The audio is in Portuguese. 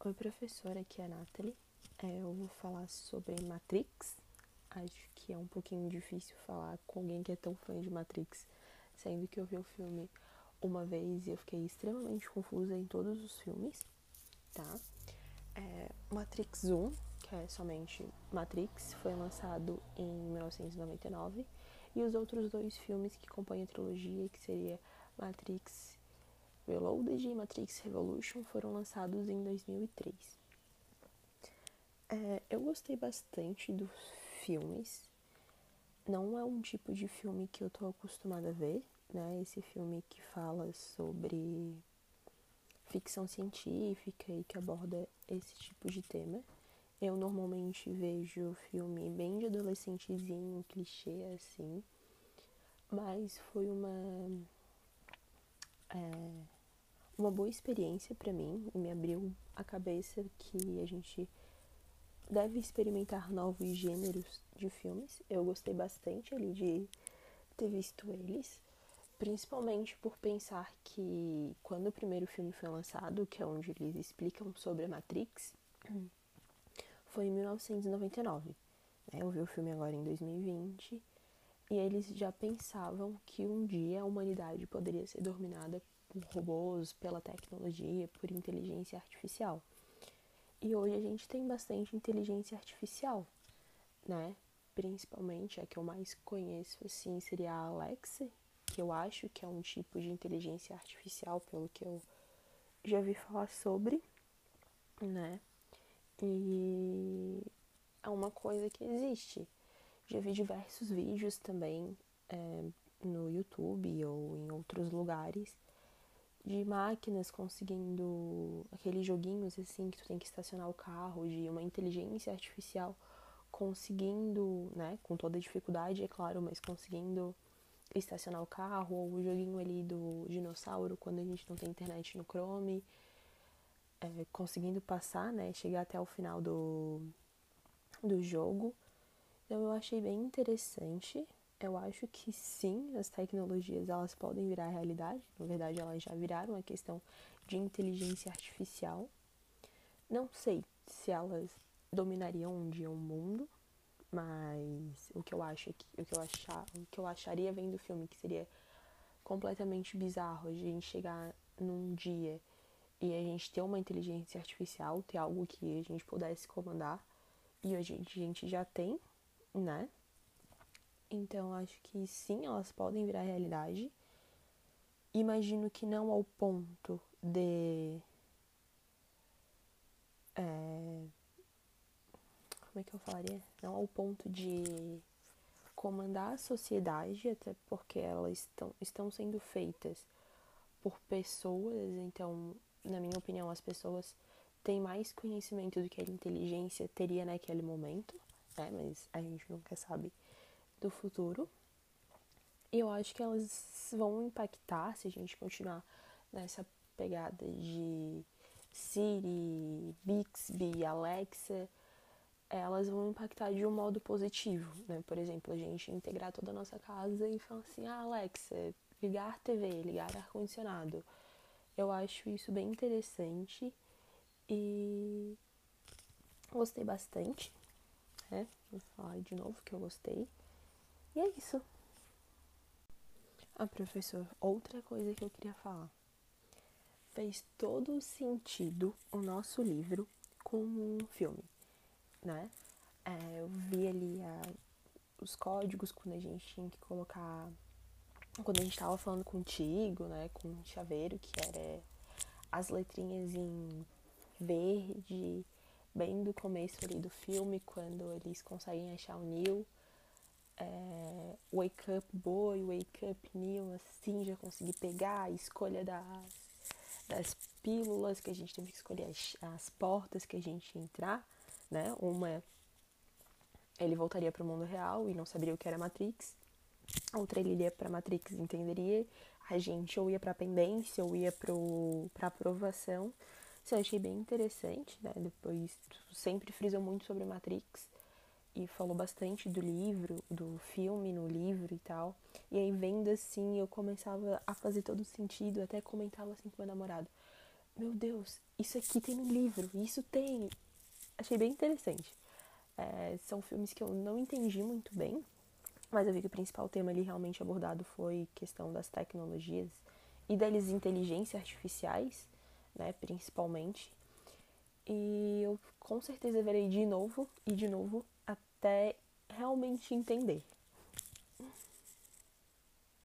Oi, professora, aqui é a Nathalie. Eu vou falar sobre Matrix. Acho que é um pouquinho difícil falar com alguém que é tão fã de Matrix, sendo que eu vi o filme uma vez e eu fiquei extremamente confusa em todos os filmes, tá? Matrix 1, que é somente Matrix, foi lançado em 1999, e os outros dois filmes que compõem a trilogia, que seria Matrix Reloaded e Matrix Revolution, foram lançados em 2003. Eu gostei bastante dos filmes. Não é um tipo de filme que eu tô acostumada a ver, né? Esse filme que fala sobre ficção científica e que aborda esse tipo de tema. Eu normalmente vejo filme bem de adolescentezinho, clichê assim, mas foi uma boa experiência pra mim e me abriu a cabeça que a gente deve experimentar novos gêneros de filmes. Eu gostei bastante ali de ter visto eles, principalmente por pensar que quando o primeiro filme foi lançado, que é onde eles explicam sobre a Matrix, foi em 1999. Eu vi o filme agora em 2020 e eles já pensavam que um dia a humanidade poderia ser dominada por robôs, pela tecnologia, por inteligência artificial. E hoje a gente tem bastante inteligência artificial, né? Principalmente a que eu mais conheço, assim, seria a Alexa, que eu acho que é um tipo de inteligência artificial, pelo que eu já vi falar sobre, né? E é uma coisa que existe. Já vi diversos vídeos também no YouTube ou em outros lugares de máquinas conseguindo aqueles joguinhos assim que tu tem que estacionar o carro, de uma inteligência artificial conseguindo, né, com toda a dificuldade, é claro, mas conseguindo estacionar o carro, ou o joguinho ali do dinossauro quando a gente não tem internet no Chrome, conseguindo passar, né, chegar até o final do jogo. Então eu achei bem interessante. Eu acho que sim, as tecnologias elas podem virar realidade. Na verdade, elas já viraram a questão de inteligência artificial. Não sei se elas dominariam um dia o mundo, mas o que eu acharia vendo o filme que seria completamente bizarro a gente chegar num dia e a gente ter uma inteligência artificial, ter algo que a gente pudesse comandar, e hoje a gente já tem, né? Então acho que sim, elas podem virar realidade. Imagino que não ao ponto de. Como é que eu falaria? Não ao ponto de comandar a sociedade, até porque elas estão sendo feitas por pessoas, então, na minha opinião, as pessoas têm mais conhecimento do que a inteligência teria naquele momento, né? Mas a gente nunca sabe do futuro. E eu acho que elas vão impactar se a gente continuar nessa pegada de Siri, Bixby, Alexa. Elas vão impactar de um modo positivo, né? Por exemplo, a gente integrar toda a nossa casa e falar assim, Alexa, ligar TV, ligar ar-condicionado. Eu acho isso bem interessante e gostei bastante, né? Vou falar de novo que eu gostei. E é isso. Professor, outra coisa que eu queria falar. Fez todo sentido o nosso livro com um filme, né? Eu vi ali os códigos quando a gente tinha que colocar. Quando a gente tava falando contigo, né? Com o chaveiro, que era as letrinhas em verde, bem do começo ali do filme, quando eles conseguem achar o Neil. Wake Up Boy, Wake Up Neil, assim, já consegui pegar a escolha das pílulas, que a gente teve que escolher as portas que a gente ia entrar, né? Uma, ele voltaria para o mundo real e não saberia o que era Matrix. A outra, ele iria para Matrix e entenderia. A gente ou ia para pendência ou ia para aprovação. Isso eu achei bem interessante, né? Depois, sempre frisou muito sobre Matrix e falou bastante do livro, do filme no livro e tal. E aí, vendo assim, eu começava a fazer todo sentido, até comentava assim com meu namorado. meu Deus, isso aqui tem no livro, isso tem. Achei bem interessante. São filmes que eu não entendi muito bem, mas eu vi que o principal tema ali realmente abordado foi questão das tecnologias e das inteligências artificiais, né, principalmente. E eu com certeza verei de novo e de novo até realmente entender.